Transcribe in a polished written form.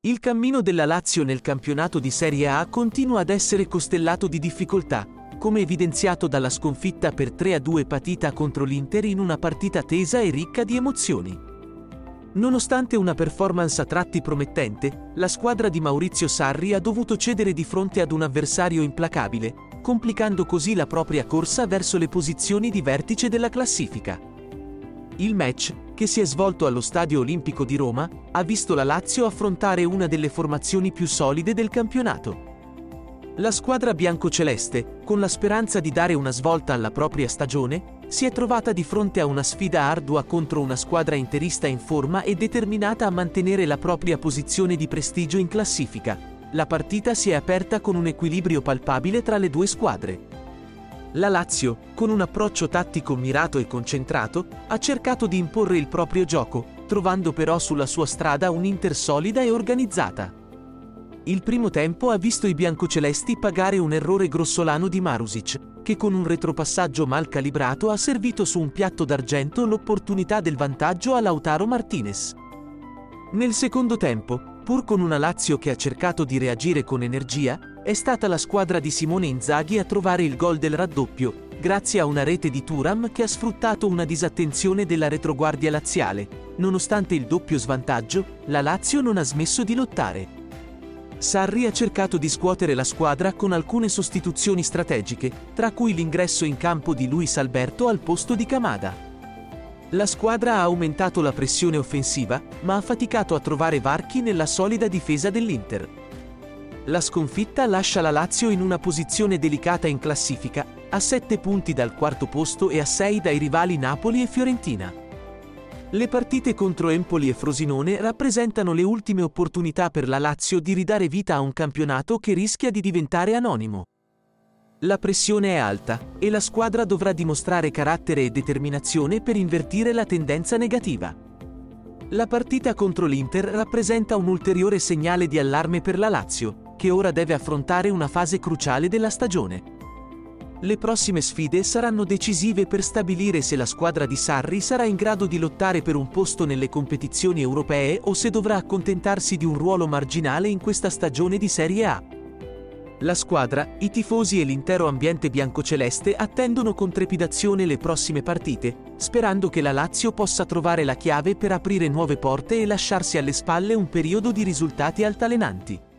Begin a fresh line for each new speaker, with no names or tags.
Il cammino della Lazio nel campionato di Serie A continua ad essere costellato di difficoltà, come evidenziato dalla sconfitta per 3-2 patita contro l'Inter in una partita tesa e ricca di emozioni. Nonostante una performance a tratti promettente, la squadra di Maurizio Sarri ha dovuto cedere di fronte ad un avversario implacabile, complicando così la propria corsa verso le posizioni di vertice della classifica. Il match, che si è svolto allo Stadio Olimpico di Roma, ha visto la Lazio affrontare una delle formazioni più solide del campionato. La squadra biancoceleste, con la speranza di dare una svolta alla propria stagione, si è trovata di fronte a una sfida ardua contro una squadra interista in forma e determinata a mantenere la propria posizione di prestigio in classifica. La partita si è aperta con un equilibrio palpabile tra le due squadre. La Lazio, con un approccio tattico mirato e concentrato, ha cercato di imporre il proprio gioco, trovando però sulla sua strada un'Inter solida e organizzata. Il primo tempo ha visto i biancocelesti pagare un errore grossolano di Marusic, che con un retropassaggio mal calibrato ha servito su un piatto d'argento l'opportunità del vantaggio a Lautaro Martinez. Nel secondo tempo, pur con una Lazio che ha cercato di reagire con energia, è stata la squadra di Simone Inzaghi a trovare il gol del raddoppio, grazie a una rete di Thuram che ha sfruttato una disattenzione della retroguardia laziale. Nonostante il doppio svantaggio, la Lazio non ha smesso di lottare. Sarri ha cercato di scuotere la squadra con alcune sostituzioni strategiche, tra cui l'ingresso in campo di Luis Alberto al posto di Kamada. La squadra ha aumentato la pressione offensiva, ma ha faticato a trovare varchi nella solida difesa dell'Inter. La sconfitta lascia la Lazio in una posizione delicata in classifica, a 7 punti dal quarto posto e a 6 dai rivali Napoli e Fiorentina. Le partite contro Empoli e Frosinone rappresentano le ultime opportunità per la Lazio di ridare vita a un campionato che rischia di diventare anonimo. La pressione è alta e la squadra dovrà dimostrare carattere e determinazione per invertire la tendenza negativa. La partita contro l'Inter rappresenta un ulteriore segnale di allarme per la Lazio, che ora deve affrontare una fase cruciale della stagione. Le prossime sfide saranno decisive per stabilire se la squadra di Sarri sarà in grado di lottare per un posto nelle competizioni europee o se dovrà accontentarsi di un ruolo marginale in questa stagione di Serie A. La squadra, i tifosi e l'intero ambiente biancoceleste attendono con trepidazione le prossime partite, sperando che la Lazio possa trovare la chiave per aprire nuove porte e lasciarsi alle spalle un periodo di risultati altalenanti.